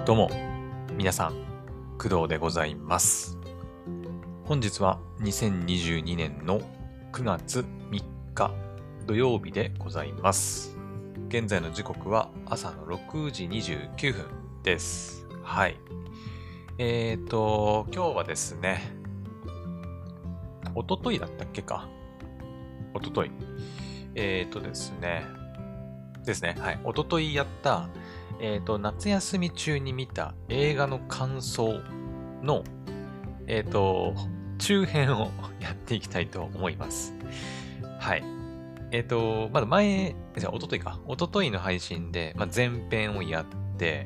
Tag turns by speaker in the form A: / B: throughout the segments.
A: どうも、皆さん、工藤でございます。本日は2022年の9月3日土曜日でございます。現在の時刻は朝の6時29分です。はい。今日はですね、おとといだったっけか。おととい。ですね。はい。おとといやった、夏休み中に見た映画の感想の、中編をやっていきたいと思います。はい。まだおとといか。おとといの配信で、前編をやって、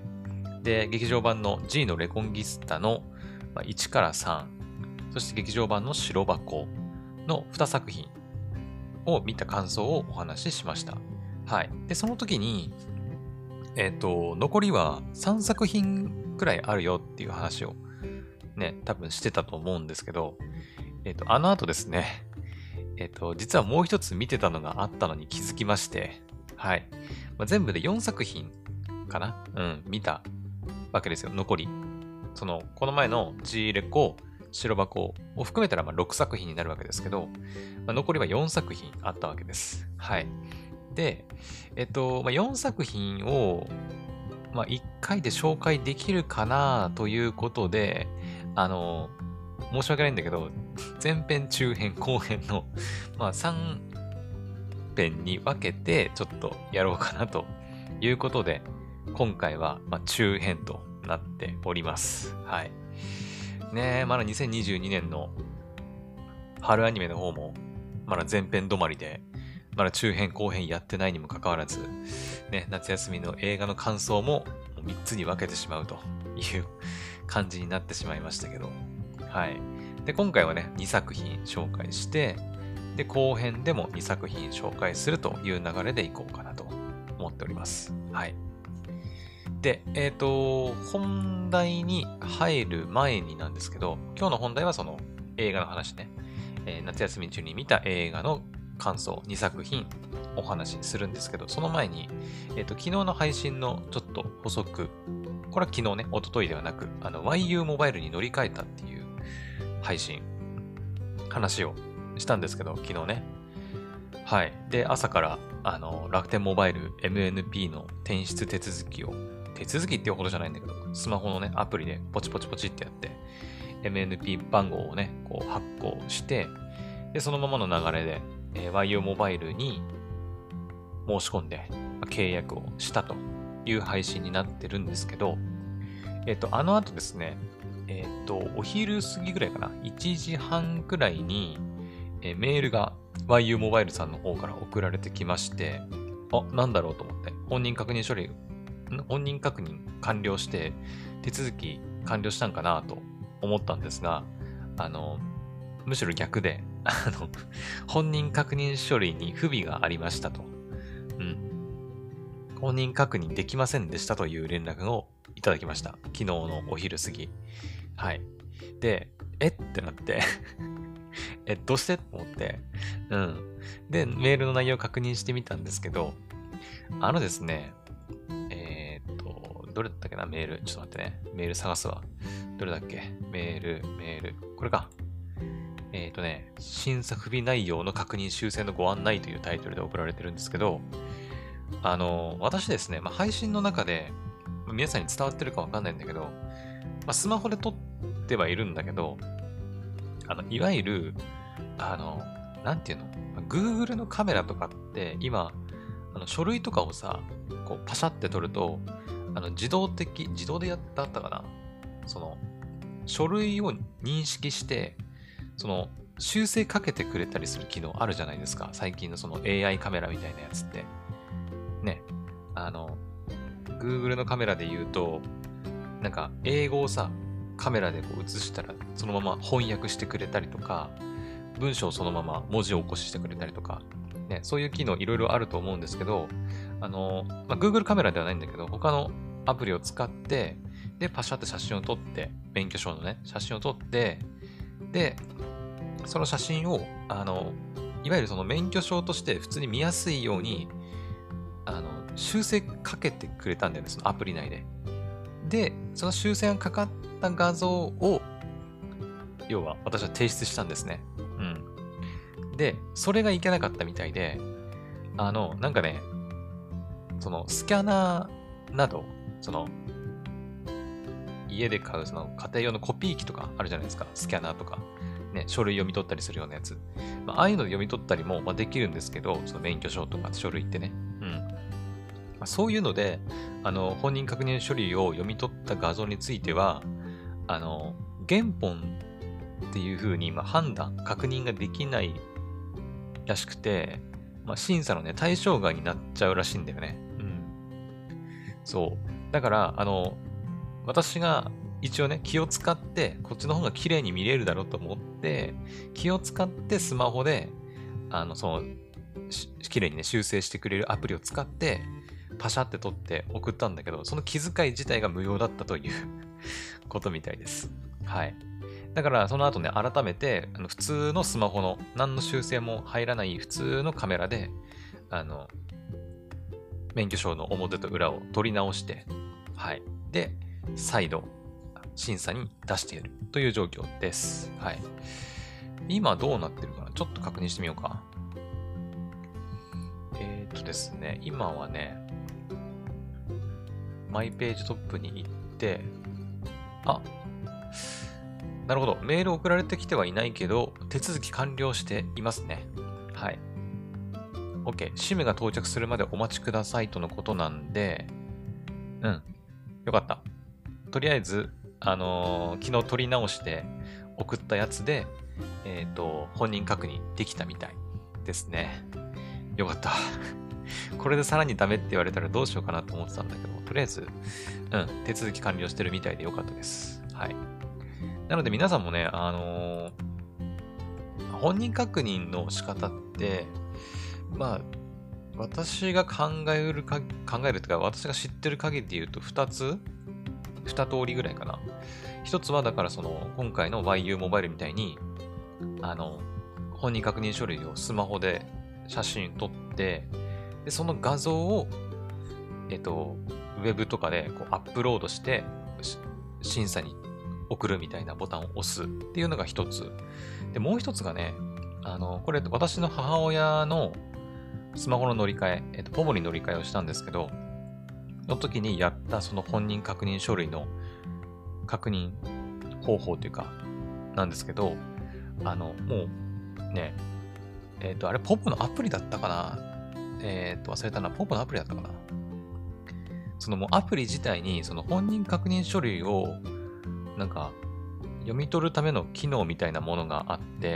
A: で、劇場版の G のレコンギスタの、1から3、そして劇場版の白箱の2作品を見た感想をお話ししました。はい。で、その時に、残りは3作品くらいあるよっていう話をね、多分してたと思うんですけど、あの後ですね、実はもう一つ見てたのがあったのに気づきまして、はい。全部で4作品かな見たわけですよ、残り。この前の G レコ、白箱を含めたら6作品になるわけですけど、残りは4作品あったわけです。はい。で、4作品を、1回で紹介できるかなということで、申し訳ないんだけど、前編、中編、後編の、3編に分けてちょっとやろうかなということで、今回は、中編となっております。はい。ねえ、まだ2022年の春アニメの方も、まだ前編止まりで、まだ中編後編やってないにもかかわらず、ね、夏休みの映画の感想も3つに分けてしまうという感じになってしまいましたけど、はい。で、今回はね、2作品紹介して、で、後編でも2作品紹介するという流れでいこうかなと思っております。はい。で、本題に入る前になんですけど、今日の本題はその映画の話ね。夏休み中に見た映画の感想2作品お話しするんですけど、その前に、昨日の配信のちょっと補足。これは昨日ね、一昨日ではなく、YU モバイルに乗り換えたっていう配信、話をしたんですけど、昨日ね。はい。で、朝から、楽天モバイル MNP の転出手続きを、手続きっていうほどじゃないんだけど、スマホのね、アプリでポチポチポチってやって、MNP 番号をね、こう発行して、で、そのままの流れで、YU モバイルに申し込んで、契約をしたという配信になってるんですけど、あの後ですね、お昼過ぎぐらいかな、1時半くらいに、メールが YU モバイルさんの方から送られてきまして、なんだろうと思って、本人確認完了して、手続き完了したんかなと思ったんですが、むしろ逆で、本人確認書類に不備がありましたと。本人確認できませんでしたという連絡をいただきました。昨日のお昼過ぎ。はい。で、ってなってどうしてと思って。で、メールの内容を確認してみたんですけど、ですね、どれだったっけな、メール。ちょっと待ってね。メール探すわ。どれだっけメール。これか。審査不備内容の確認修正のご案内というタイトルで送られてるんですけど、私ですね、配信の中で、皆さんに伝わってるかわかんないんだけど、スマホで撮ってはいるんだけど、いわゆる、なんていうの ?Google のカメラとかって、今、書類とかをさ、こう、パシャって撮ると、自動でやったかな書類を認識して、修正かけてくれたりする機能あるじゃないですか。最近のその AI カメラみたいなやつって。ね。Google のカメラで言うと、なんか、英語をさ、カメラでこう映したら、そのまま翻訳してくれたりとか、文章をそのまま文字起こししてくれたりとか、ね、そういう機能いろいろあると思うんですけど、Google カメラではないんだけど、他のアプリを使って、で、パシャって写真を撮って、免許証のね、写真を撮って、で、その写真を、いわゆるその免許証として普通に見やすいように、修正かけてくれたんだよね、そのアプリ内で。 で、その修正がかかった画像を、要は私は提出したんですね。うん。で、それがいけなかったみたいで、なんかね、そのスキャナーなど、その家で買うその家庭用のコピー機とかあるじゃないですか。スキャナーとか。ね、書類読み取ったりするようなやつ。ああいうので読み取ったりも、できるんですけど、その免許証とか書類ってね。うん。そういうので、本人確認書類を読み取った画像については、原本っていう風に、判断、確認ができないらしくて、審査のね、対象外になっちゃうらしいんだよね。うん。そう。だから、私が一応ね、気を使って、こっちの方が綺麗に見れるだろうと思って、気を使ってスマホで、綺麗にね、修正してくれるアプリを使って、パシャって撮って送ったんだけど、その気遣い自体が無用だったということみたいです。はい。だから、その後ね、改めて、普通のスマホの、何の修正も入らない普通のカメラで、免許証の表と裏を撮り直して、はい。で、再度、審査に出しているという状況です。はい。今どうなってるかな、ちょっと確認してみようか。ですね、今はね、マイページトップに行って、なるほど。メール送られてきてはいないけど、手続き完了していますね。はい。OK。SIM が到着するまでお待ちくださいとのことなんで、うん。よかった。とりあえず、昨日取り直して送ったやつで、本人確認できたみたいですね。よかった。これでさらにダメって言われたらどうしようかなと思ってたんだけど、とりあえず、手続き完了してるみたいでよかったです。はい。なので皆さんもね、本人確認の仕方って、私が考えるというか、私が知ってる限りで言うと2通りぐらいかな。1つはだから今回の YU モバイルみたいに、本人確認書類をスマホで写真撮って、で、その画像を、ウェブとかでこうアップロードして、審査に送るみたいなボタンを押すっていうのが一つ。で、もう一つがね、これ私の母親のスマホの乗り換え、ポモに乗り換えをしたんですけど、の時にやったその本人確認書類の確認方法というか、なんですけど、もうね、あれ、ポポのアプリだったかな、忘れたな、ポポのアプリだったかな。もうアプリ自体にその本人確認書類をなんか読み取るための機能みたいなものがあって、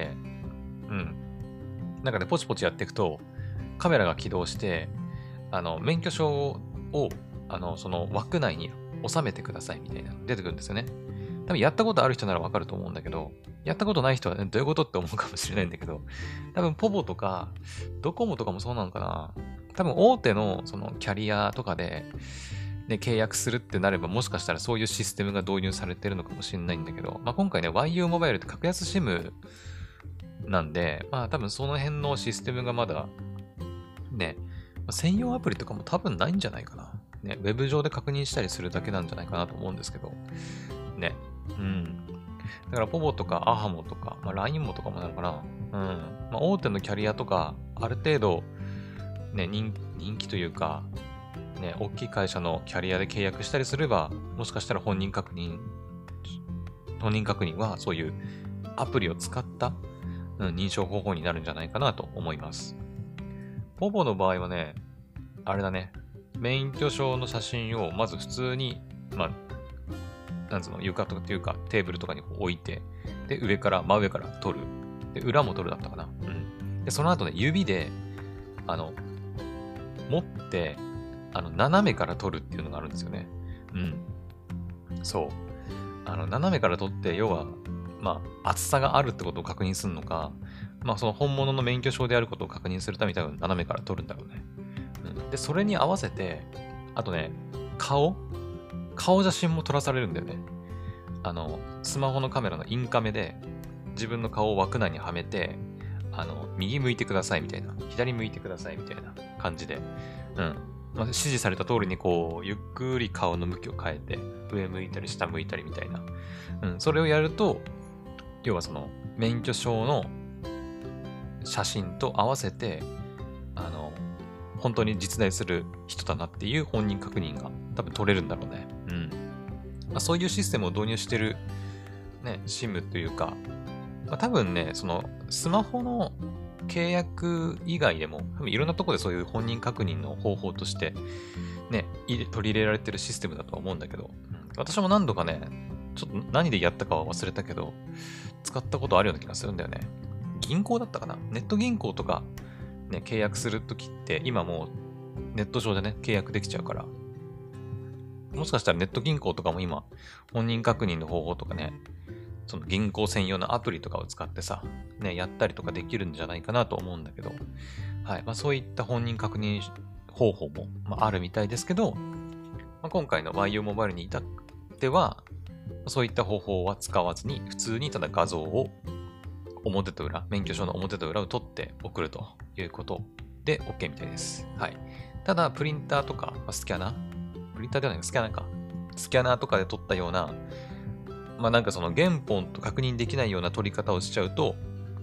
A: なんかね、ポチポチやっていくとカメラが起動して、免許証をその枠内に収めてくださいみたいなの出てくるんですよね。多分やったことある人ならわかると思うんだけど、やったことない人は、どういうことって思うかもしれないんだけど、多分ポポとかドコモとかもそうなのかな。多分大手のそのキャリアとかで、ね、契約するってなれば、もしかしたらそういうシステムが導入されてるのかもしれないんだけど、今回ね、YU モバイルって格安 SIM なんで、多分その辺のシステムがまだ、ね、専用アプリとかも多分ないんじゃないかな。ね、ウェブ上で確認したりするだけなんじゃないかなと思うんですけど、ね。だから、ポボとかアハモとか、LINE モとかもなのかな。大手のキャリアとか、ある程度、ね、人気というか、ね、大きい会社のキャリアで契約したりすれば、もしかしたら本人確認はそういうアプリを使った、認証方法になるんじゃないかなと思います。ポボの場合はね、あれだね、免許証の写真をまず普通に、なんつうの、床とかっていうかテーブルとかに置いて、で、真上から撮る。で、裏も撮るだったかな。で、その後ね、指で、持って、斜めから撮るっていうのがあるんですよね。そう。斜めから撮って、要は、厚さがあるってことを確認するのか、その本物の免許証であることを確認するために多分斜めから撮るんだろうね。で、それに合わせて、あとね、顔写真も撮らされるんだよね。スマホのカメラのインカメで、自分の顔を枠内にはめて、右向いてくださいみたいな、左向いてくださいみたいな感じで、 まあ、指示された通りにこう、ゆっくり顔の向きを変えて、上向いたり下向いたりみたいな。それをやると、要はその、免許証の写真と合わせて、本当に実在する人だなっていう本人確認が多分取れるんだろうね。まあ、そういうシステムを導入してる、ね、SIM というか、まあ、多分ね、その、スマホの契約以外でも、多分いろんなところでそういう本人確認の方法として、ね、取り入れられてるシステムだとは思うんだけど、私も何度かね、ちょっと何でやったかは忘れたけど、使ったことあるような気がするんだよね。銀行だったかな、ネット銀行とか、ね、契約するときって、今もうネット上でね、契約できちゃうから、もしかしたらネット銀行とかも今、本人確認の方法とかね、その銀行専用のアプリとかを使ってさ、ね、やったりとかできるんじゃないかなと思うんだけど、はい。まあ、そういった本人確認方法も、まあ、あるみたいですけど、まあ、今回の YU モバイルに至っては、そういった方法は使わずに、普通にただ画像を表と裏、免許証の表と裏を取って送るということで OK みたいです。はい。ただ、プリンターとか、まあ、スキャナープリンターではないスキャナーか。スキャナーとかで撮ったような、まあなんかその原本と確認できないような撮り方をしちゃうと、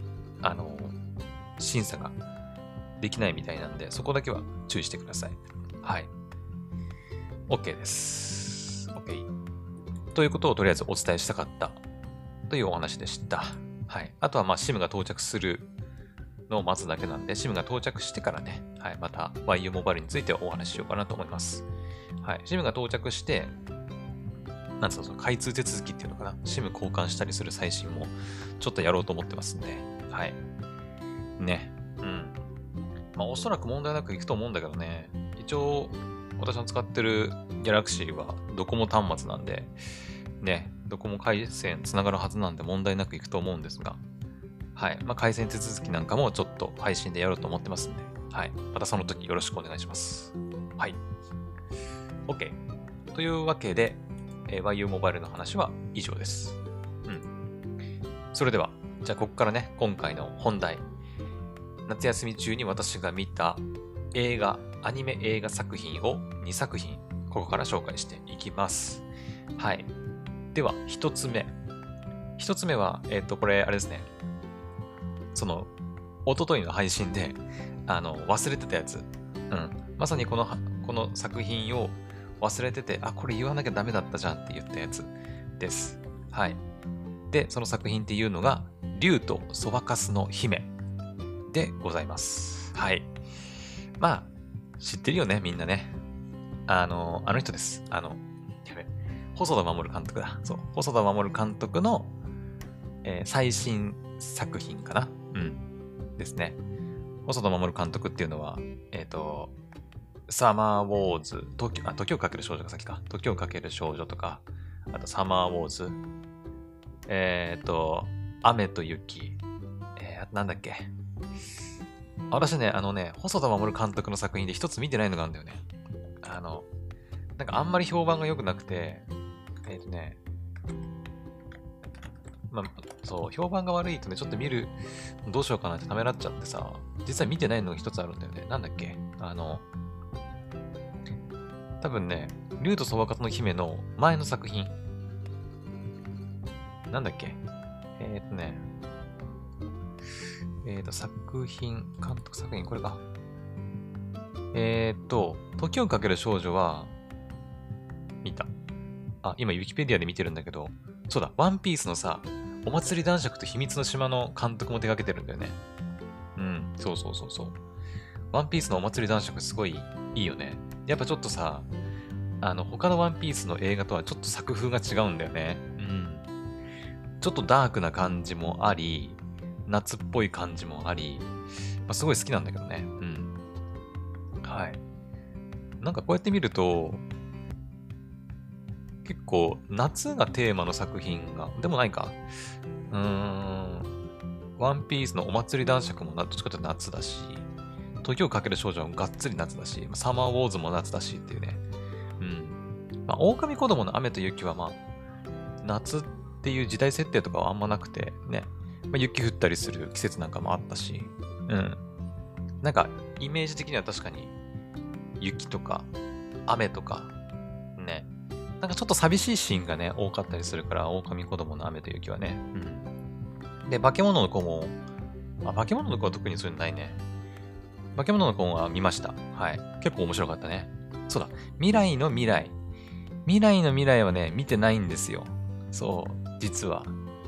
A: 審査ができないみたいなんで、そこだけは注意してください。はい。OK です。OK。ということをとりあえずお伝えしたかったというお話でした。はい。あとはまあ SIM が到着するのを待つだけなんで、SIM が到着してからね、はい、また YU モバイルについてお話ししようかなと思います。はい。SIM が到着して、なんつうの、その開通手続きっていうのかな。SIM 交換したりする最新もちょっとやろうと思ってますんで。はい。ね。まあおそらく問題なくいくと思うんだけどね。一応、私の使ってる Galaxy はドコモ端末なんで、ね、ドコモ回線つながるはずなんで問題なくいくと思うんですが、はい。まあ回線手続きなんかもちょっと配信でやろうと思ってますんで、はい。またその時よろしくお願いします。はい。OK。というわけで、YU モバイルの話は以上です。それでは、じゃあここからね、今回の本題。夏休み中に私が見たアニメ映画作品を2作品、ここから紹介していきます。はい。では、1つ目。1つ目は、これ、あれですね。その、一昨日の配信で、忘れてたやつ。まさにこの作品を忘れてて、これ言わなきゃダメだったじゃんって言ったやつです。はい。で、その作品っていうのが、竜とそばかすの姫でございます。はい。まあ、知ってるよね、みんなね。あの人です。細田守監督だ。そう。細田守監督の、最新作品かな。ですね。細田守監督っていうのは、サマーウォーズ、時をかける少女が先か。時をかける少女とか、あとサマーウォーズ、雨と雪、あとなんだっけ。私ね、細田守監督の作品で一つ見てないのがあるんだよね。なんかあんまり評判が良くなくて、まあ、そう、評判が悪いとね、ちょっとどうしようかなってためらっちゃってさ、実は見てないのが一つあるんだよね。なんだっけ多分ね、竜とそばかすの姫の前の作品。なんだっけ作品、監督作品、これか。時をかける少女は、見た。今、ウィキペディアで見てるんだけど、そうだ、ワンピースのさ、お祭り男爵と秘密の島の監督も手掛けてるんだよね。そうそうそうそう。ワンピースのお祭り男爵すごいいいよね。やっぱちょっとさ、他のワンピースの映画とはちょっと作風が違うんだよね。ちょっとダークな感じもあり、夏っぽい感じもあり、すごい好きなんだけどね。はい。なんかこうやって見ると、結構夏がテーマの作品が、でもないか。ワンピースのお祭り男爵もどっちかというと夏だし、時をかける少女もがっつり夏だし、サマーウォーズも夏だしっていうね。狼子供の雨と雪は夏っていう時代設定とかはあんまなくて、ね。雪降ったりする季節なんかもあったし、なんか、イメージ的には確かに雪とか、雨とか、ね。なんかちょっと寂しいシーンがね、多かったりするから、狼子供の雨と雪はね。うん。で、化け物の子も、化け物の子は特にそういうのないね。化け物の子は見ました。はい。結構面白かったね。そうだ。未来の未来。未来の未来はね、見てないんですよ。そう、実は。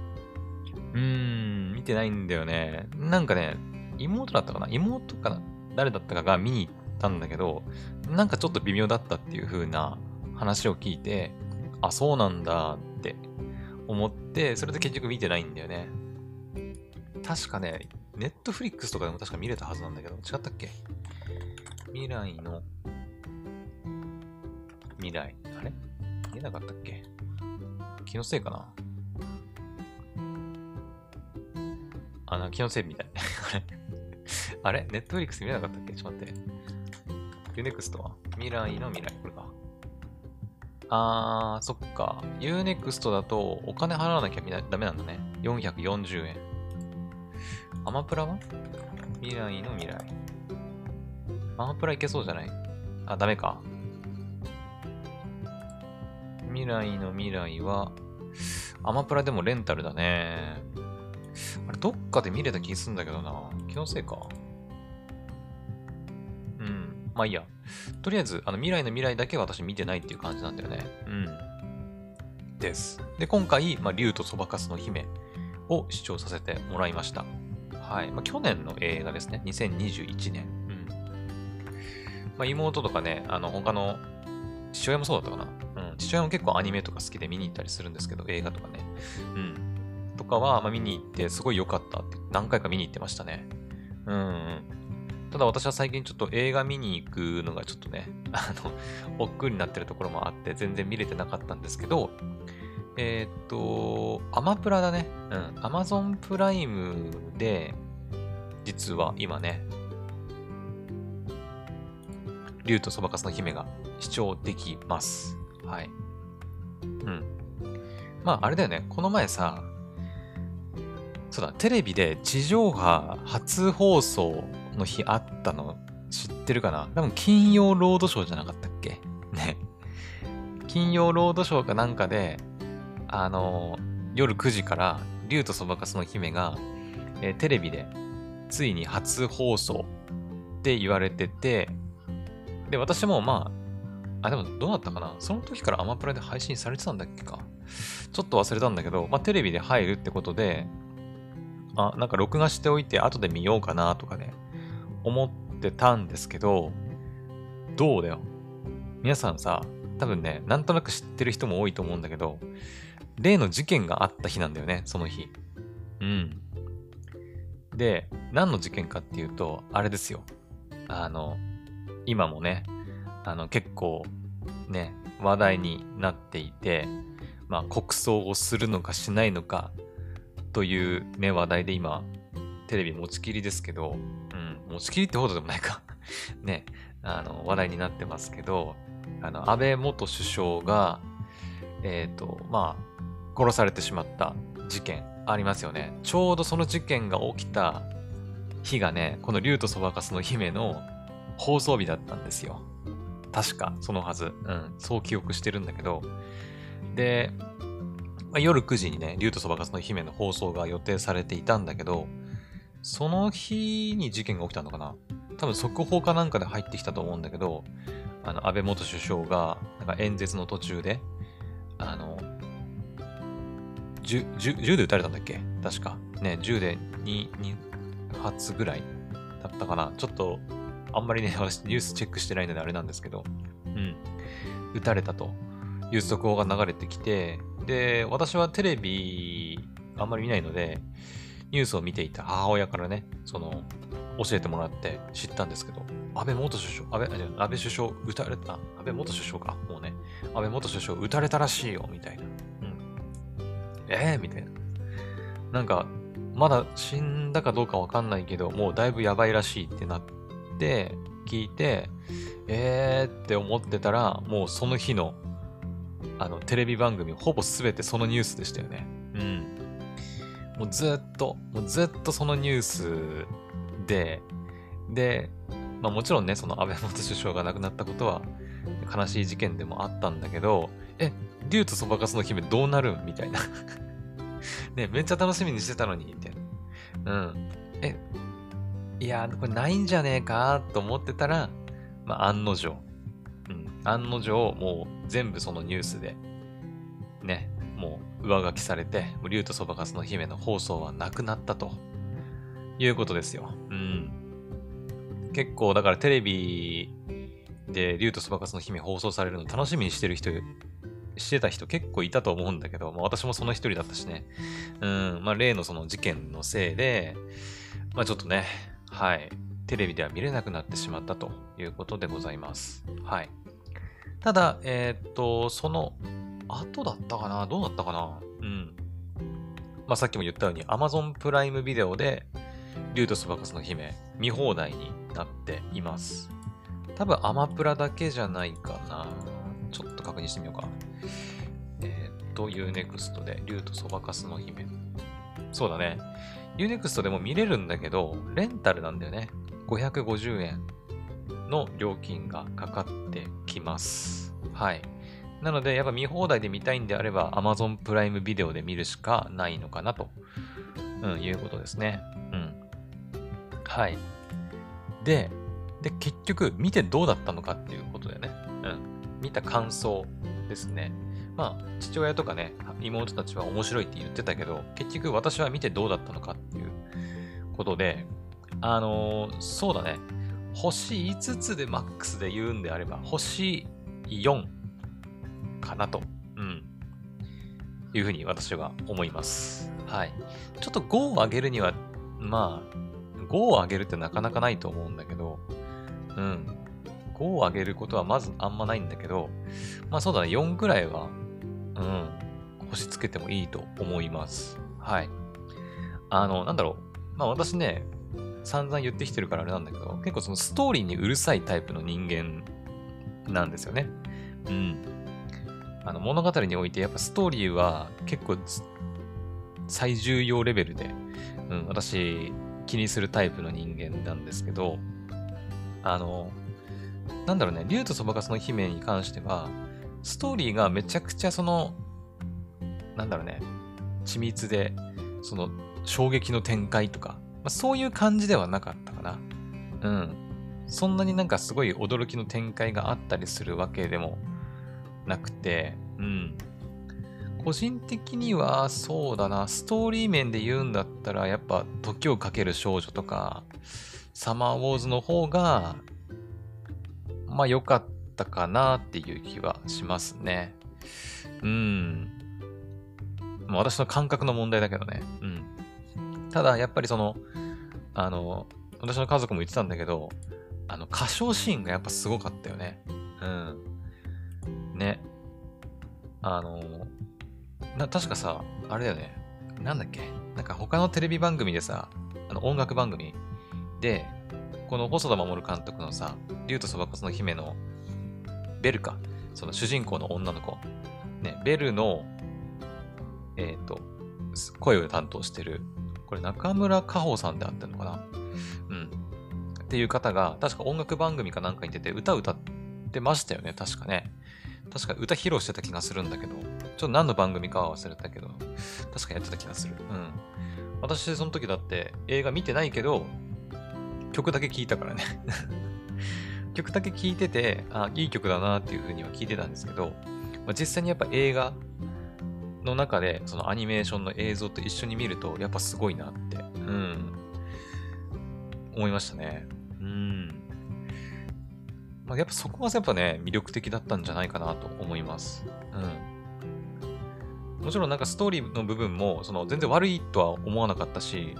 A: 見てないんだよね。なんかね、妹だったかな妹かな誰だったかが見に行ったんだけど、なんかちょっと微妙だったっていう風な話を聞いて、あ、そうなんだって思って、それで結局見てないんだよね。確かね、ネットフリックスとかでも確か見れたはずなんだけど、違ったっけ未来の未来。あれ見えなかったっけ気のせいかな気のせいみたい。あれあれネットフリックス見れなかったっけちょっと待って。Unext は未来の未来。これか。そっか。Unext だとお金払わなきゃダメなんだね。440円。アマプラは未来の未来。アマプラいけそうじゃないダメか。未来の未来は、アマプラでもレンタルだね。あれ、どっかで見れた気するんだけどな。気のせいか。まあいいや。とりあえず、未来の未来だけ私見てないっていう感じなんだよね。です。で、今回、竜とそばかすの姫を視聴させてもらいました。はい。去年の映画ですね。2021年。妹とかね、他の父親もそうだったかな。父親も結構アニメとか好きで見に行ったりするんですけど、映画とかね。とかは、見に行ってすごい良かったって何回か見に行ってましたね。ただ私は最近ちょっと映画見に行くのがちょっとね、億劫になってるところもあって全然見れてなかったんですけど、アマプラだね。アマゾンプライムで、実は今ね、竜とそばかすの姫が視聴できます。はい。あれだよね。この前さ、そうだ、テレビで地上波初放送の日あったの知ってるかな多分金曜ロードショーじゃなかったっけね。金曜ロードショーかなんかで、夜9時から竜とそばかすの姫が、テレビでついに初放送って言われてて、で、私もでもどうだったかなその時からアマプラで配信されてたんだっけかちょっと忘れたんだけど、テレビで入るってことで、なんか録画しておいて後で見ようかなとかね、思ってたんですけど、どうだよ。皆さんさ、多分ね、なんとなく知ってる人も多いと思うんだけど、例の事件があった日なんだよね、その日。で、何の事件かっていうと、あれですよ。今もね、結構ね、話題になっていて、国葬をするのかしないのかというね、話題で今、テレビ持ちきりですけど、持ちきりってほどでもないかね、話題になってますけど、安倍元首相が、殺されてしまった事件ありますよね。ちょうどその事件が起きた日がね、この竜とそばかすの姫の放送日だったんですよ。確か、そのはず。そう記憶してるんだけど。で、夜9時にね、竜とそばかすの姫の放送が予定されていたんだけど、その日に事件が起きたのかな多分速報かなんかで入ってきたと思うんだけど、安倍元首相が、なんか演説の途中で、銃で撃たれたんだっけ確か。ね、銃で2発ぐらいだったかなちょっと、あんまりね、私ニュースチェックしてないのであれなんですけど、撃たれたという速報が流れてきて、で、私はテレビあんまり見ないので、ニュースを見ていた母親からね、教えてもらって知ったんですけど、安倍元首相、安倍首相撃たれた、安倍元首相か、もうね、安倍元首相撃たれたらしいよ、みたいな。みたいな。なんか、まだ死んだかどうかわかんないけど、もうだいぶやばいらしいってなって、聞いて、って思ってたら、もうその日の、テレビ番組、ほぼすべてそのニュースでしたよね。もうずっとそのニュースで、 まあもちろんね、その安倍元首相が亡くなったことは悲しい事件でもあったんだけど、竜とそばかすの姫どうなるんみたいな。ね、めっちゃ楽しみにしてたのに、みたいな。うん。いやー、これないんじゃねえかと思ってたら、まあ案の定。案の定、もう全部そのニュースで、ね、もう上書きされて、竜とそばかすの姫の放送はなくなったということですよ。結構、だからテレビで竜とそばかすの姫放送されるの楽しみにしてた人結構いたと思うんだけど、まあ私もその一人だったしね。まあ例のその事件のせいで、まあちょっとね、はい、テレビでは見れなくなってしまったということでございます。はい。ただ、その後だったかな、どうだったかな。まあさっきも言ったように Amazon プライムビデオで竜とそばかすの姫見放題になっています。多分アマプラだけじゃないかな。ちょっと確認してみようか。Unext で竜とそばかすの姫。そうだね。Unext でも見れるんだけど、レンタルなんだよね。550円の料金がかかってきます。はい。なので、やっぱ見放題で見たいんであれば、Amazon プライムビデオで見るしかないのかなと、いうことですね。はい。で、結局、見てどうだったのかっていうことでね。見た感想ですね。まあ、父親とかね、妹たちは面白いって言ってたけど、結局私は見てどうだったのかっていうことで、そうだね。星5つでマックスで言うんであれば、星4かなと、いうふうに私は思います。はい。ちょっと5を上げるには、まあ、5を上げるってなかなかないと思うんだけど、5を上げることはまずあんまないんだけど、まあそうだね、4くらいは、星つけてもいいと思います。はい。なんだろう。まあ私ね、散々言ってきてるからあれなんだけど、結構そのストーリーにうるさいタイプの人間なんですよね。物語においてやっぱストーリーは結構最重要レベルで、私気にするタイプの人間なんですけど、なんだろうね、竜とそばかすの姫に関しては、ストーリーがめちゃくちゃなんだろうね、緻密で、その衝撃の展開とか、そういう感じではなかったかな。そんなになんかすごい驚きの展開があったりするわけでもなくて、個人的にはそうだな、ストーリー面で言うんだったら、やっぱ時をかける少女とか、サマーウォーズの方が、まあ良かったかなっていう気はしますね。まあ私の感覚の問題だけどね。ただ、やっぱり私の家族も言ってたんだけど、歌唱シーンがやっぱすごかったよね。ね。確かさ、あれだよね。なんだっけ。なんか他のテレビ番組でさ、音楽番組で、この細田守監督のさ、竜とそばかすの姫のベルか。その主人公の女の子。ね、ベルの、声を担当してる。これ中村佳穂さんであってんのかなっていう方が、確か音楽番組かなんかに出て歌歌ってましたよね。確かね。確か歌披露してた気がするんだけど、ちょっと何の番組かは忘れたけど、確かやってた気がする。私、その時だって映画見てないけど、曲だけ聴いたからね。曲だけ聴いてて、いい曲だなっていう風には聞いてたんですけど、実際にやっぱ映画の中で、そのアニメーションの映像と一緒に見ると、やっぱすごいなって、思いましたね。やっぱそこがやっぱね、魅力的だったんじゃないかなと思います。もちろんなんかストーリーの部分も、全然悪いとは思わなかったし、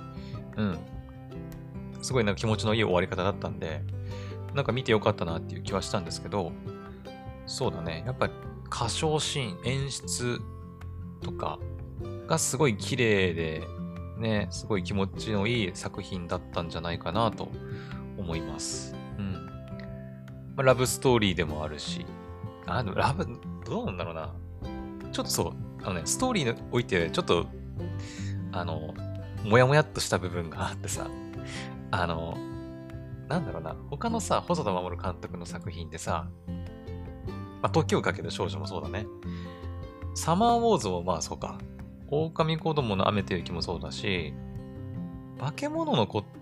A: すごいなんか気持ちのいい終わり方だったんで、なんか見てよかったなっていう気はしたんですけど、そうだね。やっぱり歌唱シーン、演出とかがすごい綺麗で、ね、すごい気持ちのいい作品だったんじゃないかなと思います。ラブストーリーでもあるし、でもどうなんだろうな。ちょっとそう、ストーリーにおいて、ちょっと、もやもやっとした部分があってさ、 なんだろうな、他のさ、細田守監督の作品でさ、まあ、時をかける少女もそうだね。サマーウォーズもまあそうか。狼子供の雨と雪もそうだし、化け物の子って、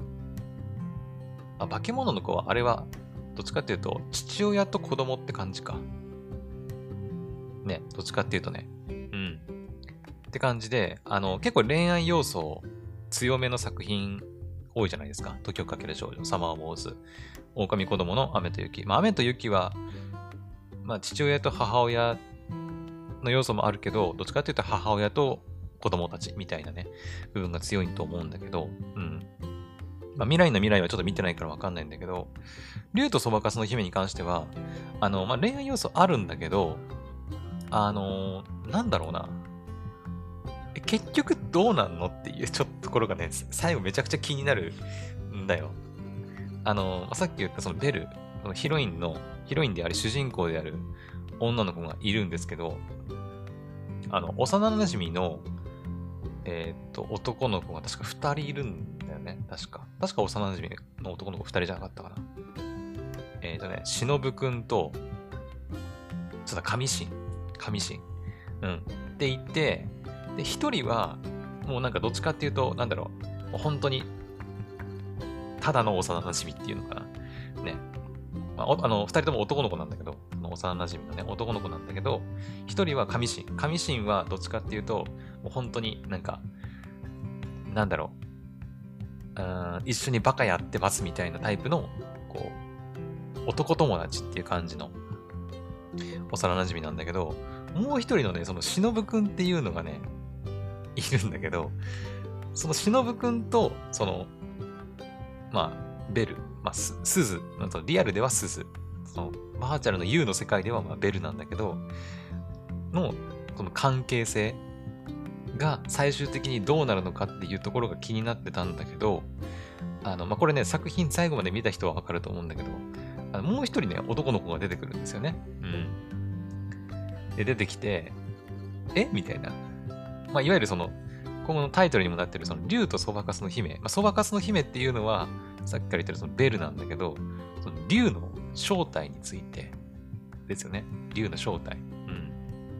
A: 化け物の子は、あれは、どっちかっていうと、父親と子供って感じか。ね、どっちかっていうとね。うん。って感じで、結構恋愛要素強めの作品多いじゃないですか。時をかける少女、サマーウォーズ、狼子供の雨と雪。まあ、雨と雪は、まあ、父親と母親の要素もあるけど、どっちかっていうと母親と子供たちみたいなね、部分が強いと思うんだけど、うん。まあ、未来の未来はちょっと見てないからわかんないんだけど、竜とそばかすの姫に関しては、まあ、恋愛要素あるんだけど、なんだろうな。結局どうなんのっていうちょっとところがね、最後めちゃくちゃ気になるんだよ。さっき言ったそのベル、そのヒロインであり主人公である女の子がいるんですけど、幼馴染の、男の子が確か2人いるんだよね。確か幼馴染の男の子2人じゃなかったかな。忍くんと、そうだ、神神。うん。って言って、で、一人は、もうなんかどっちかっていうと、なんだろう、もう本当に、ただの幼馴染っていうのかな。ね。まあ、二人とも男の子なんだけど、その幼馴染のね、男の子なんだけど、一人は神神。神神はどっちかっていうと、もう本当になんか、なんだろ一緒にバカやってますみたいなタイプの、こう、男友達っていう感じの幼馴染なんだけど、もう一人のね、その忍くんっていうのがね、いるんだけど、その忍くんと、その、まあ、ベル、まあ、スズ、リアルではスズ、その、バーチャルの U の世界ではまあベルなんだけど、の、その関係性が最終的にどうなるのかっていうところが気になってたんだけど、まあ、これね、作品最後まで見た人はわかると思うんだけど、もう一人ね、男の子が出てくるんですよね。うん。で、出てきて、みたいな。まあ、いわゆるその、このタイトルにもなってる、その、竜とそばかすの姫。まあ、そばかすの姫っていうのは、さっきから言ってるそのベルなんだけど、その竜の正体についてですよね。竜の正体。うん。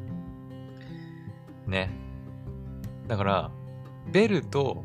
A: ね。だから、ベルと、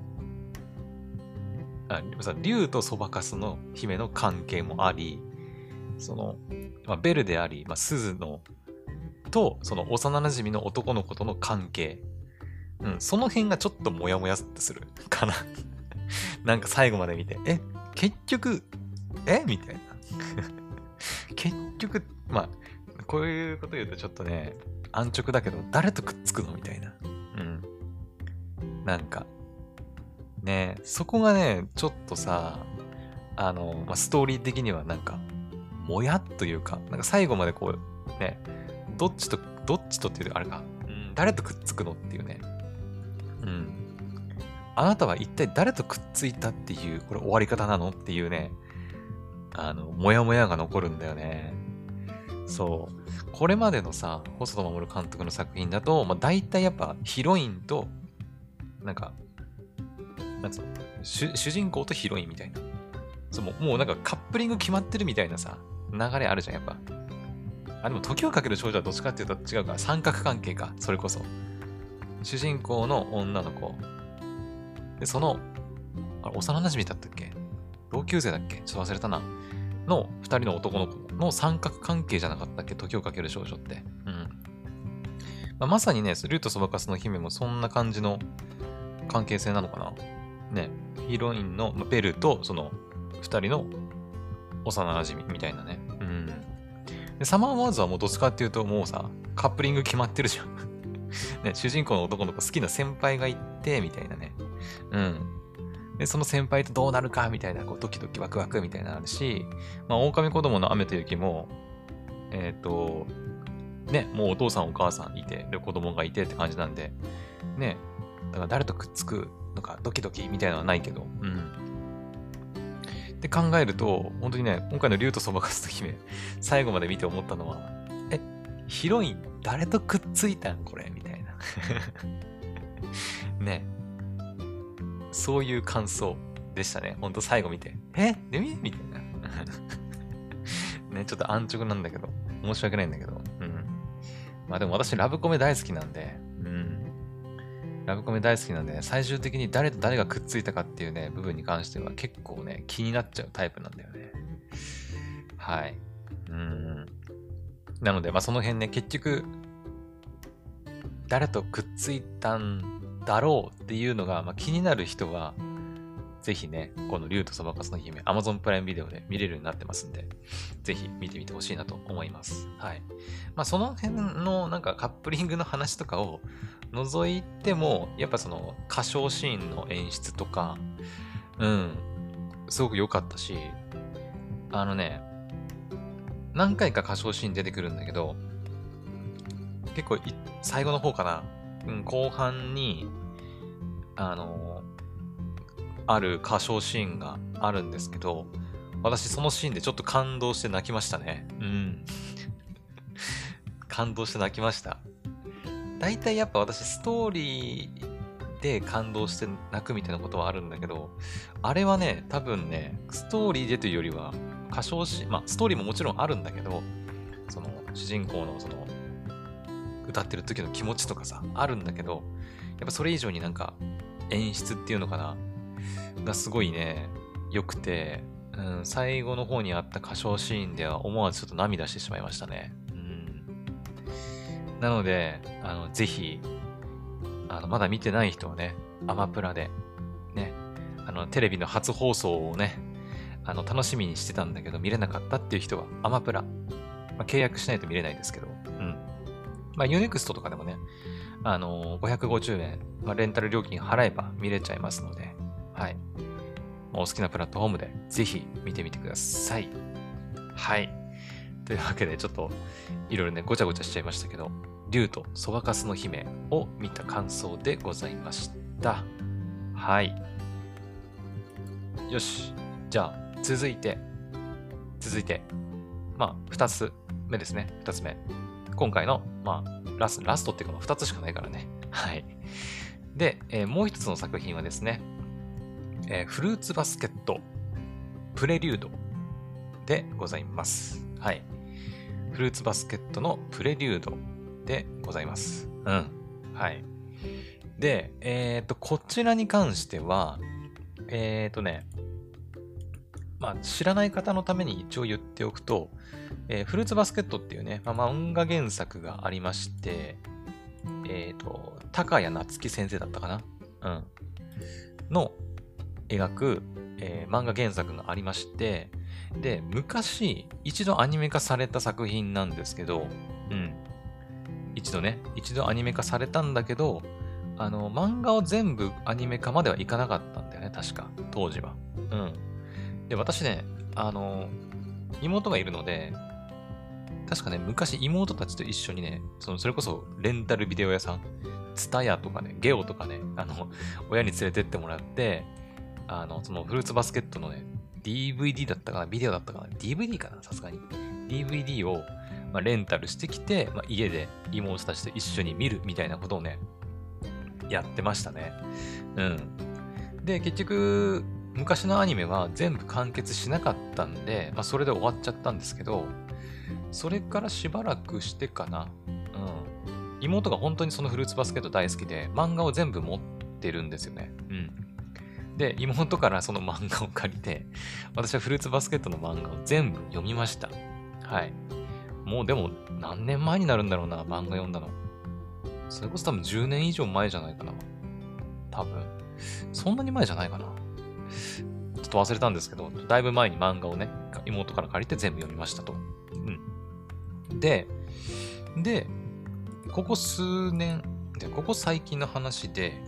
A: 竜とそばかすの姫の関係もあり、その、まあ、ベルであり、まあ、鈴の、と、その幼馴染の男の子との関係。うん、その辺がちょっとモヤモヤってするかな。なんか最後まで見て、結局、みたいな。結局、まあ、こういうこと言うとちょっとね、安直だけど、誰とくっつくのみたいな。うん。なんか、ね、そこがね、ちょっとさ、まあ、ストーリー的にはなんか、もやっというか、なんか最後までこう、ね、どっちとっていうあれか、うん、誰とくっつくのっていうね。うん。あなたは一体誰とくっついたっていう、これ終わり方なのっていうね、もやもやが残るんだよね。そう。これまでのさ、細田守監督の作品だと、まあ大体やっぱヒロインと、なんか、なんつうの、主人公とヒロインみたいな。そうもうなんかカップリング決まってるみたいなさ、流れあるじゃん、やっぱ。でも時をかける少女はどっちかっていうと違うから、三角関係か、それこそ。主人公の女の子。で、その、幼馴染だったっけ同級生だっけちょっと忘れたな。の二人の男の子の三角関係じゃなかったっけ時をかける少女って。うん。まあ、まさにね、ルートそばかすの姫もそんな感じの関係性なのかな。ね。ヒロインのベルとその二人の幼馴染みたいなね。うん。で、サマーワーズはもうどっちかっていうともうさ、カップリング決まってるじゃん。ね、主人公の男の子好きな先輩がいて、みたいなね。うん。で、その先輩とどうなるか、みたいな、こう、ドキドキワクワクみたいなのあるし、まあ、狼子供の雨と雪も、ね、もうお父さんお母さんいて、で、子供がいてって感じなんで、ね、だから誰とくっつくのか、ドキドキみたいなのはないけど、うん。って考えると、本当にね、今回の竜とそばかすの姫、最後まで見て思ったのは、ヒロイン誰とくっついたんこれみたいな。ね。そういう感想。 でしたね。ほんと最後見て。デミみたいな。ね、ちょっと安直なんだけど。申し訳ないんだけど。うん。まあでも私ラブコメ大好きなんで、うん。ラブコメ大好きなんで、最終的に誰と誰がくっついたかっていうね、部分に関しては結構ね、気になっちゃうタイプなんだよね。はい。なので、まあその辺ね、結局、誰とくっついたんだろうっていうのが、まあ、気になる人は、ぜひね、この竜とそばかすの姫、Amazon プライムビデオで見れるようになってますんで、ぜひ見てみてほしいなと思います。はい。まあ、その辺のなんかカップリングの話とかを除いても、やっぱその歌唱シーンの演出とか、すごく良かったし、何回か歌唱シーン出てくるんだけど、結構最後の方かな、後半に、ある歌唱シーンがあるんですけど、私そのシーンでちょっと感動して泣きましたね。感動して泣きました。大体やっぱ私ストーリーで感動して泣くみたいなことはあるんだけど、あれはね、多分ね、ストーリーでというよりは、歌唱シーン、まあストーリーももちろんあるんだけど、その主人公のその歌ってる時の気持ちとかさ、あるんだけど、やっぱそれ以上になんか演出っていうのかな、がすごいね、良くて、最後の方にあった歌唱シーンでは思わずちょっと涙してしまいましたね。なので、ぜひ、まだ見てない人はね、アマプラで、ね、テレビの初放送をね、楽しみにしてたんだけど見れなかったっていう人は、アマプラ、契約しないと見れないですけど、ユネクストとかでもね、550円、レンタル料金払えば見れちゃいますので、はい。お好きなプラットフォームでぜひ見てみてください。はい。というわけで、ちょっといろいろね、ごちゃごちゃしちゃいましたけど、竜とそばかすの姫を見た感想でございました。はい。よし。じゃあ、続いて、二つ目ですね。二つ目。今回の、ラストっていうか、二つしかないからね。はい。で、もう一つの作品はですね、フルーツバスケットプレリュードでございます。はい。フルーツバスケットのプレリュードでございます。はい。で、こちらに関しては、知らない方のために一応言っておくと、フルーツバスケットっていうね、漫画原作がありまして、高谷夏樹先生だったかなの描く、漫画原作がありまして、で、昔、一度アニメ化された作品なんですけど、一度アニメ化されたんだけど、漫画を全部アニメ化まではいかなかったんだよね、確か、当時は。で、私ね、妹がいるので、確かね、昔妹たちと一緒にね、それこそレンタルビデオ屋さん、ツタヤとかね、ゲオとかね、親に連れてってもらって、そのフルーツバスケットのね、DVD だったかな、ビデオだったかな、DVD かな、さすがに。DVD を、レンタルしてきて、家で妹たちと一緒に見るみたいなことをね、やってましたね。で、結局、昔のアニメは全部完結しなかったんで、それで終わっちゃったんですけど、それからしばらくしてかな。妹が本当にそのフルーツバスケット大好きで、漫画を全部持ってるんですよね。で、妹からその漫画を借りて、私はフルーツバスケットの漫画を全部読みました。はい。もうでも何年前になるんだろうな、漫画読んだの。それこそ多分10年以上前じゃないかな。多分。そんなに前じゃないかな。ちょっと忘れたんですけど、だいぶ前に漫画をね、妹から借りて全部読みましたと。で、ここ数年、ここ最近の話で、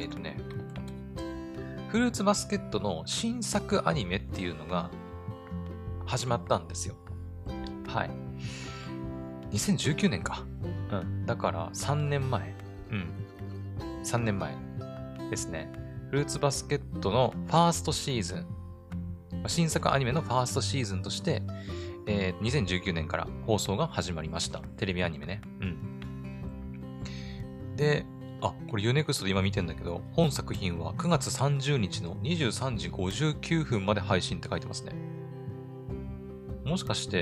A: フルーツバスケットの新作アニメっていうのが始まったんですよ。はい。2019年か。だから3年前。3年前ですね。フルーツバスケットのファーストシーズン。新作アニメのファーストシーズンとして、2019年から放送が始まりました。テレビアニメね。で、 あ、これ UNEXT で今見てんだけど、本作品は9月30日の23時59分まで配信って書いてますね。もしかして、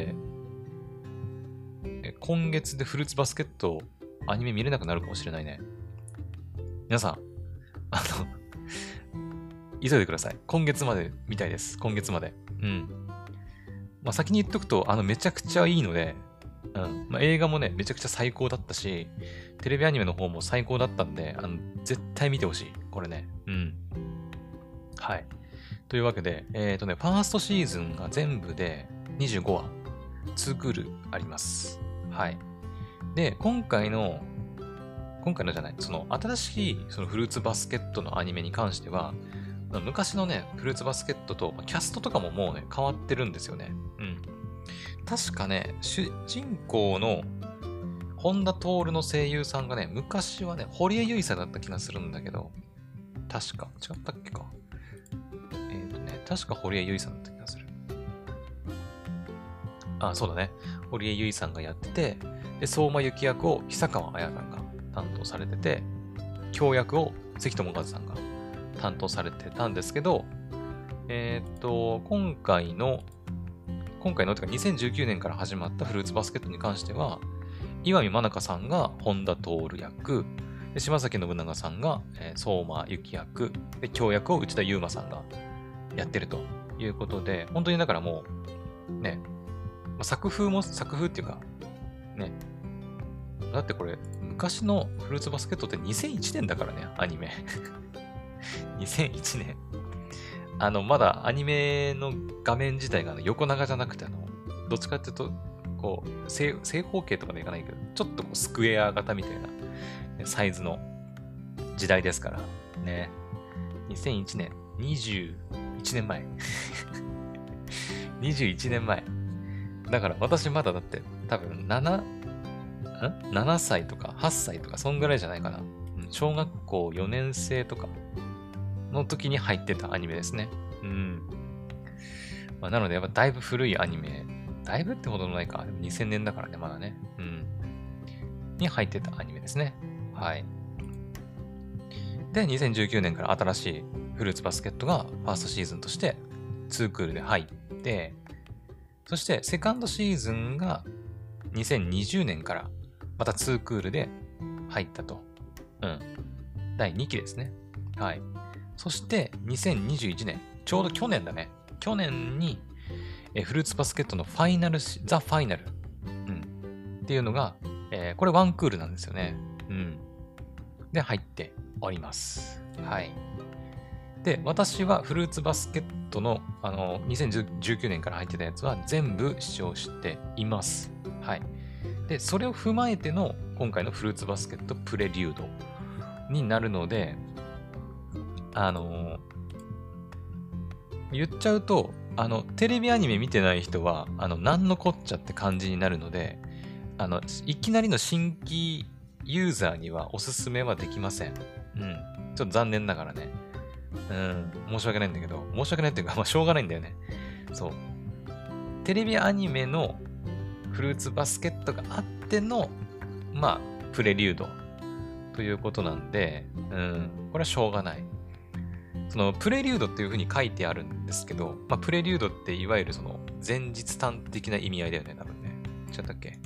A: 今月でフルーツバスケットアニメ見れなくなるかもしれないね。皆さん、急いでください。今月までみたいです。今月まで。うん。まあ、先に言っとくと、めちゃくちゃいいので、うん。まあ、映画もね、めちゃくちゃ最高だったし、テレビアニメの方も最高だったんで、絶対見てほしい。これね。うん。はい。というわけで、ファーストシーズンが全部で25話、2クールあります。はい。で、今回のじゃない、その新しいそのフルーツバスケットのアニメに関しては、昔のね、フルーツバスケットと、キャストとかももうね、変わってるんですよね。うん。確かね、主人公の本田徹の声優さんがね、昔はね、堀江由衣さんだった気がするんだけど、確か、違ったっけか。確か堀江由衣さんだった気がする。あ、そうだね。堀江由衣さんがやってて、で、相馬幸役を久川綾さんが担当されてて、京役を関智一さんが担当されてたんですけど、今回のというか2019年から始まったフルーツバスケットに関しては、岩見真中さんが本田徹役、で島崎信長さんが、相馬幸役、で、京役を内田悠馬さんがやってるということで、本当にだからもう、ね、作風っていうか、ね、だってこれ、昔のフルーツバスケットって2001年だからね、アニメ。2001年。まだアニメの画面自体が横長じゃなくて、どっちかっていうと、こう、正方形とかでいかないけど、ちょっとこうスクエア型みたいな、ね、サイズの時代ですから、ね。2001年、21年前。21年前。だから私まだだって多分7歳とか8歳とかそんぐらいじゃないかな。小学校4年生とかの時に入ってたアニメですね。うん。まあ、なのでやっぱだいぶ古いアニメ、だいぶってほどのないか。でも2000年だからね、まだね。うん。に入ってたアニメですね。はい。で、2019年から新しいフルーツバスケットがファーストシーズンとして2クールで入って、そしてセカンドシーズンが2020年からまた2クールで入ったと。うん。第2期ですね。はい。そして2021年、ちょうど去年だね。去年にフルーツバスケットのザ・ファイナル、うん、っていうのが、これワンクールなんですよね。うん。で、入っております。はい。で、私はフルーツバスケットの、2019年から入ってたやつは全部視聴しています。はい。で、それを踏まえての今回のフルーツバスケットプレリュードになるので、言っちゃうと、テレビアニメ見てない人は、なんのこっちゃって感じになるので、いきなりの新規ユーザーにはおすすめはできません。うん。ちょっと残念ながらね。うん。申し訳ないんだけど、申し訳ないっていうか、まあ、しょうがないんだよね。そう。テレビアニメのフルーツバスケットがあっての、まあ、プレリュードということなんで、うん。これはしょうがない。そのプレリュードっていう風に書いてあるんですけど、まあ、プレリュードっていわゆるその前日短的な意味合いだよね、多分ね。違ったっけ？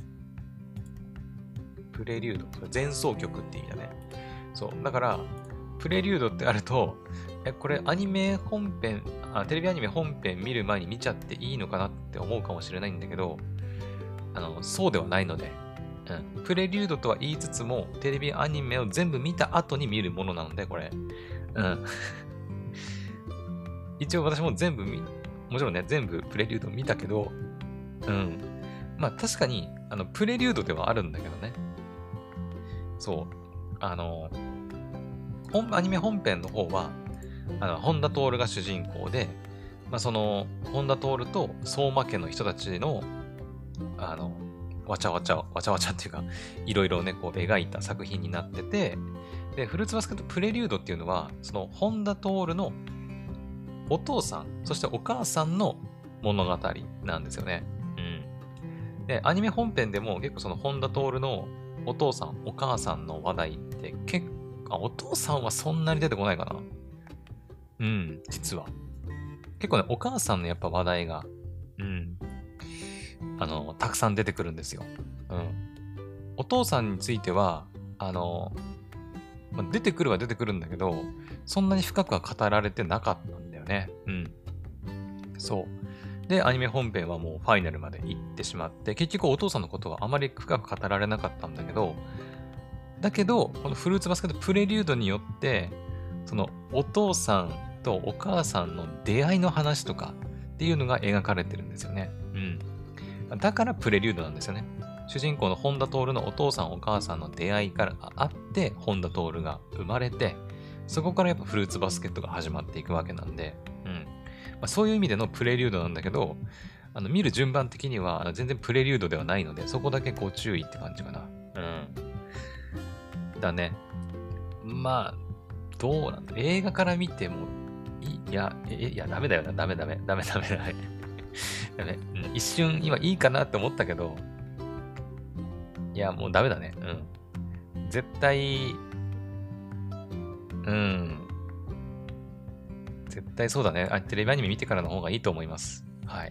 A: プレリュード。前奏曲って意味だね。そう。だから、プレリュードってあると、これアニメ本編テレビアニメ本編見る前に見ちゃっていいのかなって思うかもしれないんだけど、そうではないので、うん。プレリュードとは言いつつも、テレビアニメを全部見た後に見るものなので、これ。うん。一応私ももちろんね、全部プレリュード見たけど、うん。まあ確かに、プレリュードではあるんだけどね。そう。アニメ本編の方は、本田徹が主人公で、まあその、本田徹と相馬家の人たちの、わちゃわちゃっていうか、いろいろね、こう描いた作品になってて、で、フルーツバスケットプレリュードっていうのは、その本田徹のお父さん、そしてお母さんの物語なんですよね。うん。で、アニメ本編でも結構その本田徹のお父さん、お母さんの話題って結お父さんはそんなに出てこないかな。うん、実は。結構ね、お母さんのやっぱ話題が、うん、たくさん出てくるんですよ。うん。お父さんについては、出てくるは出てくるんだけど、そんなに深くは語られてなかったんだよね。うん。そう。で、アニメ本編はもうファイナルまで行ってしまって、結局お父さんのことはあまり深く語られなかったんだけど、このフルーツバスケットプレリュードによって、そのお父さんとお母さんの出会いの話とかっていうのが描かれてるんですよね。うん。だからプレリュードなんですよね。主人公の本田徹のお父さんお母さんの出会いからあって、本田徹が生まれて、そこからやっぱフルーツバスケットが始まっていくわけなんで、うん。そういう意味でのプレリュードなんだけど、見る順番的には全然プレリュードではないので、そこだけご注意って感じかな。うん。だね。まあ、どうなんだ。映画から見てもいや、ダメだよな。ダメ。ダメ。ダメ。ダメ。うん、一瞬今いいかなって思ったけど、いや、もうダメだね。うん。絶対、うん。絶対そうだね。テレビアニメ見てからの方がいいと思います。はい。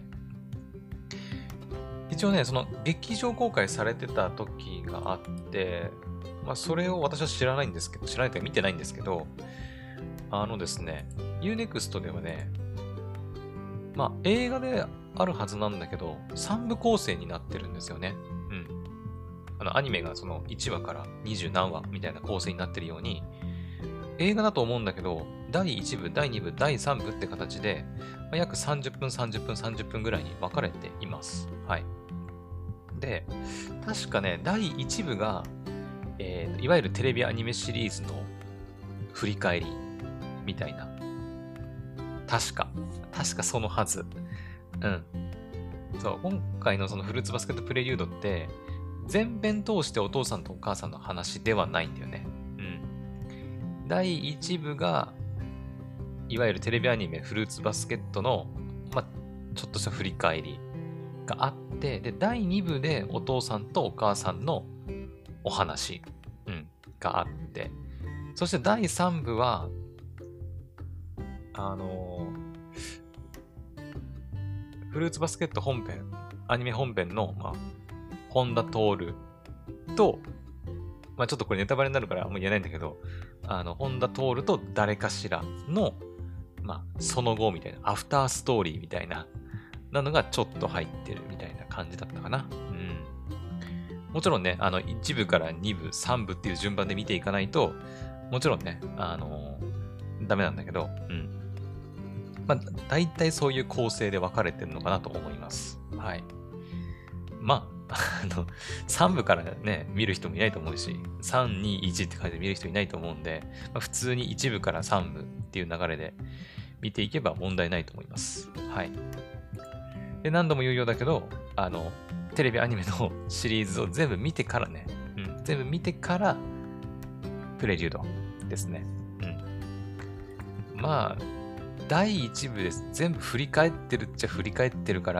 A: 一応ね、その劇場公開されてた時があって、それを私は知らないんですけど、知らないというか見てないんですけど、ですね、Unext ではね、映画であるはずなんだけど、3部構成になってるんですよね。うん。アニメがその1話から20何話みたいな構成になってるように、映画だと思うんだけど、第1部、第2部、第3部って形で、約30分、30分、30分ぐらいに分かれています。はい。で、確かね、第1部が、いわゆるテレビアニメシリーズの振り返りみたいな。確かそのはず。うん。そう、今回のそのフルーツバスケットプレリュードって、全編通してお父さんとお母さんの話ではないんだよね。うん。第1部が、いわゆるテレビアニメフルーツバスケットの、ちょっとした振り返りがあって、で、第2部でお父さんとお母さんのお話、うん、があって、そして第3部は、フルーツバスケット本編、アニメ本編の、本田徹と、ちょっとこれネタバレになるからあんま言えないんだけど、本田徹と誰かしらの、その後みたいな、アフターストーリーみたいな、のがちょっと入ってるみたいな感じだったかな。うん。もちろんね、1部から2部、3部っていう順番で見ていかないと、もちろんね、ダメなんだけど、うん。大体そういう構成で分かれてるのかなと思います。はい。3部からね、見る人もいないと思うし、3、2、1って感じで見る人いないと思うんで、普通に1部から3部っていう流れで見ていけば問題ないと思います。はい。で、何度も言うようだけど、テレビアニメのシリーズを全部見てからね、うん、全部見てから、プレリュードですね。うん。第1部です。全部振り返ってるっちゃ振り返ってるから、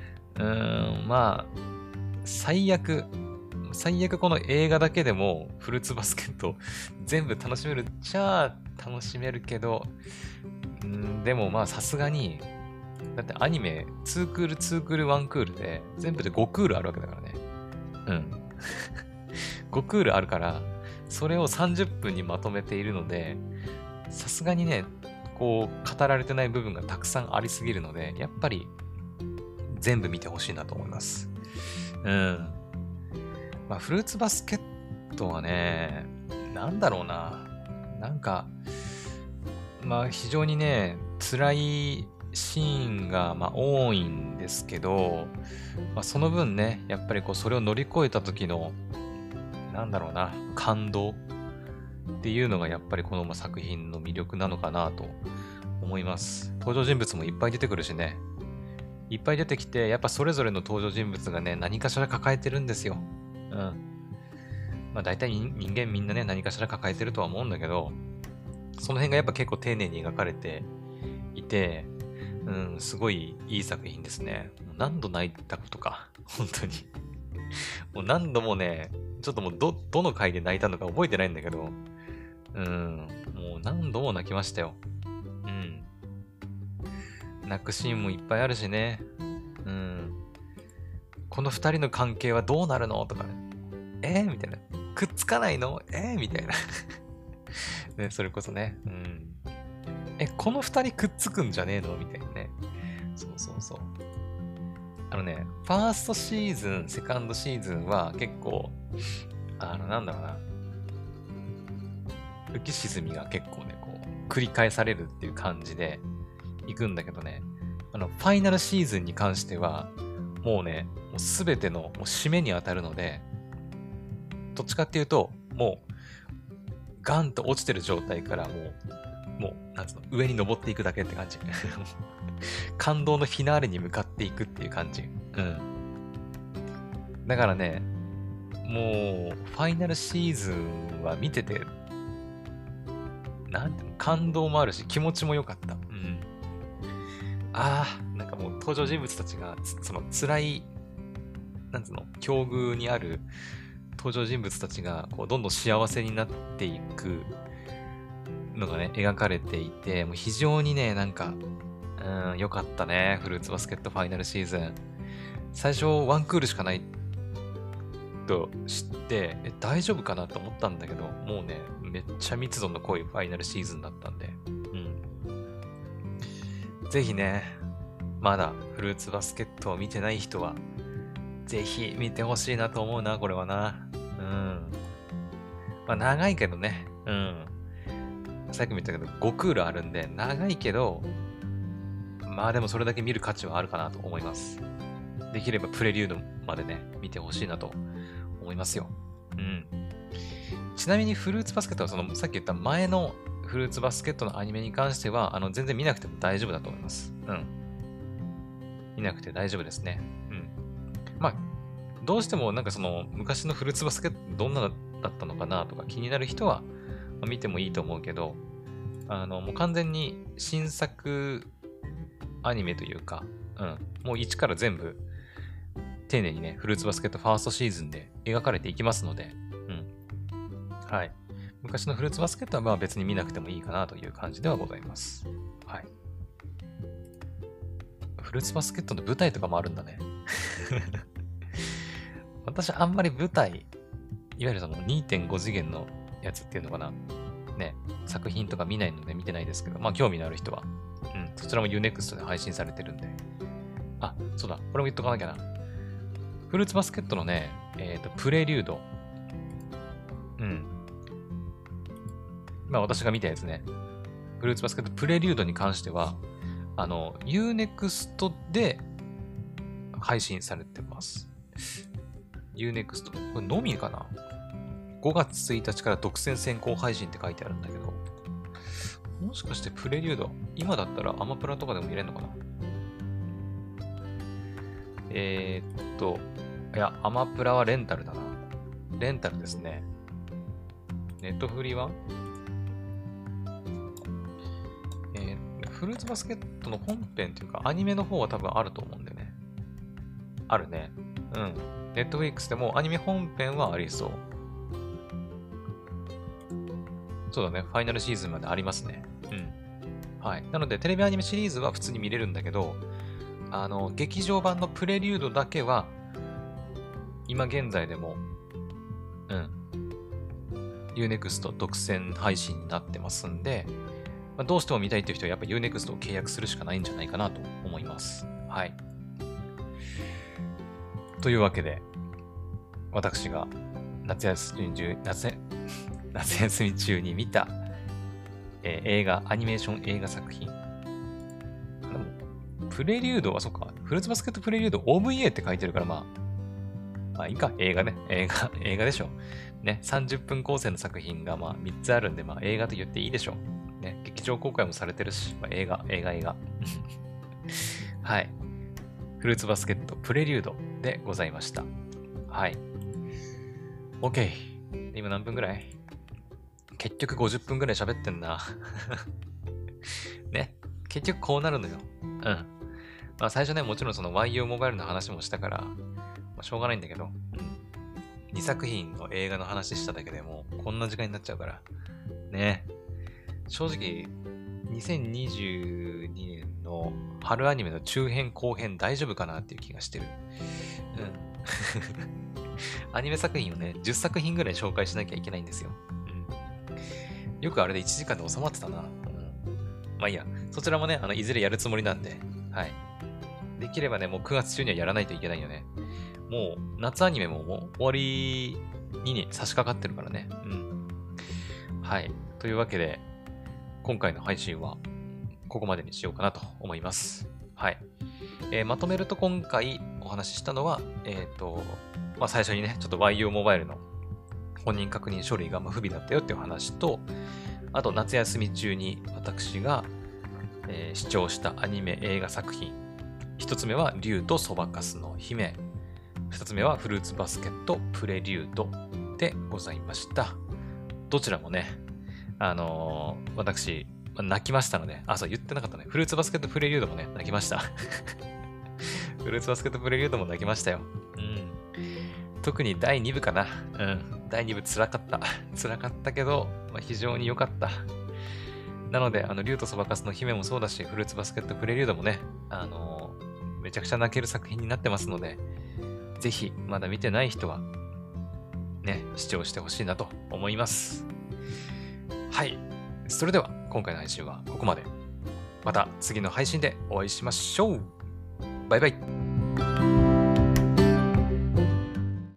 A: 最悪この映画だけでもフルーツバスケット全部楽しめるっちゃ楽しめるけど、でもさすがに、だってアニメ2クール、2クール、1クールで全部で5クールあるわけだからね。うん。5クールあるから、それを30分にまとめているので、さすがにね、こう語られてない部分がたくさんありすぎるので、やっぱり全部見てほしいなと思います。うん。フルーツバスケットはね、なんだろうな。なんか、非常にね、辛いシーンが多いんですけど、その分ね、やっぱりこうそれを乗り越えた時の、なんだろうな、感動っていうのがやっぱりこの作品の魅力なのかなと思います。登場人物もいっぱい出てくるしね。いっぱい出てきて、やっぱそれぞれの登場人物がね、何かしら抱えてるんですよ。うん。大体人間みんなね、何かしら抱えてるとは思うんだけど、その辺がやっぱ結構丁寧に描かれていて、すごいいい作品ですね。何度泣いたことか。本当に。もう何度もね、ちょっともうどの回で泣いたのか覚えてないんだけど、 もう何度も泣きましたよ。うん。泣くシーンもいっぱいあるしね。うん。この二人の関係はどうなるのとかね。みたいな。くっつかないのみたいな。ね、それこそね。うん。この二人くっつくんじゃねえのみたいなね。そうそうそう。ファーストシーズン、セカンドシーズンは結構、なんだろうな。浮き沈みが結構ね、こう、繰り返されるっていう感じで行くんだけどね。ファイナルシーズンに関しては、もうね、もうすべてのもう締めに当たるので、どっちかっていうと、もう、ガンと落ちてる状態からもう、なんつうの、上に登っていくだけって感じ。感動のフィナーレに向かっていくっていう感じ。うん。だからね、もう、ファイナルシーズンは見てて、なんていうの、感動もあるし、気持ちも良かった。うん。なんかもう登場人物たちが、その辛い、なんつうの、境遇にある登場人物たちが、こう、どんどん幸せになっていくのがね、描かれていて、もう非常にね、なんか、良かったね。フルーツバスケットファイナルシーズン。最初、ワンクールしかないと知って、大丈夫かなと思ったんだけど、もうね、めっちゃ密度の濃いファイナルシーズンだったんで、ぜひね、まだフルーツバスケットを見てない人は、ぜひ見てほしいなと思うな、これはな。まあ長いけどね、さっきも言ったけど、5クールあるんで、長いけど、まあでもそれだけ見る価値はあるかなと思います。できればプレリュードまでね、見てほしいなと思いますよ。ちなみにフルーツバスケットはさっき言った前のフルーツバスケットのアニメに関しては、全然見なくても大丈夫だと思います。見なくて大丈夫ですね。まあ、どうしてもなんか昔のフルーツバスケットどんなだったのかなとか気になる人は、見てもいいと思うけど、もう完全に新作アニメというか、もう一から全部丁寧にね、フルーツバスケットファーストシーズンで描かれていきますので、はい。昔のフルーツバスケットはまあ別に見なくてもいいかなという感じではございます。はい。フルーツバスケットの舞台とかもあるんだね。私あんまり舞台、いわゆる2.5次元のやつっていうのかな。ね、作品とか見ないので見てないですけど、まあ興味のある人は、そちらも Unext で配信されてるんで。そうだ、これも言っとかなきゃな。フルーツバスケットのね、プレリュード。まあ私が見たやつね。フルーツバスケットプレリュードに関しては、Unext で配信されてます。Unext。これのみかな ?5 月1日から独占先行配信って書いてあるんだけど、もしかしてプレリュード、今だったらアマプラとかでも見れるのかな。いや、アマプラはレンタルだな。レンタルですね。ネットフリはフルーツバスケットの本編というか、アニメの方は多分あると思うんでね。あるね。ネットフリックスでもアニメ本編はありそう。そうだね。ファイナルシーズンまでありますね。はい。なので、テレビアニメシリーズは普通に見れるんだけど、劇場版のプレリュードだけは、今現在でも、Unext 独占配信になってますんで、どうしても見たいという人はやっぱ Unext を契約するしかないんじゃないかなと思います。はい。というわけで、私が夏休み中に見た、アニメーション映画作品。プレリュードは、そっか、フルーツバスケットプレリュード OVA って書いてるから、まあいいか、映画ね。映画でしょ。ね、30分構成の作品がまあ3つあるんで、まあ映画と言っていいでしょう。ね、劇場公開もされてるし、まあ、映画。はい。フルーツバスケットプレリュードでございました。はい。OK。今何分ぐらい？結局50分ぐらい喋ってんな。ね。結局こうなるのよ。まあ最初ね、もちろんその YU モバイルの話もしたから、まあ、しょうがないんだけど、2作品の映画の話しただけでもうこんな時間になっちゃうから、 ね。正直、2022年の春アニメの中編後編大丈夫かなっていう気がしてる。うん。アニメ作品をね、10作品ぐらい紹介しなきゃいけないんですよ。うん。よくあれで1時間で収まってたな。うん。まあいいや。そちらもね、いずれやるつもりなんで、はい。できればね、もう9月中にはやらないといけないよね。もう、夏アニメももう終わりに差し掛かってるからね。うん。はい。というわけで、今回の配信はここまでにしようかなと思います。はい。まとめると今回お話ししたのは、まあ、最初にね、ちょっと YU モバイルの本人確認書類が不備だったよっていう話と、あと夏休み中に私が、視聴したアニメ映画作品。一つ目は竜とそばかすの姫。二つ目はフルーツバスケットプレリュードでございました。どちらもね、私、泣きましたので、あ、そう言ってなかったね。フルーツバスケットプレリュードもね、泣きました。フルーツバスケットプレリュードも泣きましたよ。うん。特に第2部かな。うん。第2部辛かった。辛かったけど、非常に良かった。なので、竜とそばかすの姫もそうだし、フルーツバスケットプレリュードもね、めちゃくちゃ泣ける作品になってますので、ぜひ、まだ見てない人は、ね、視聴してほしいなと思います。はい。それでは、今回の配信はここまで。また次の配信でお会いしましょう。バイバイ。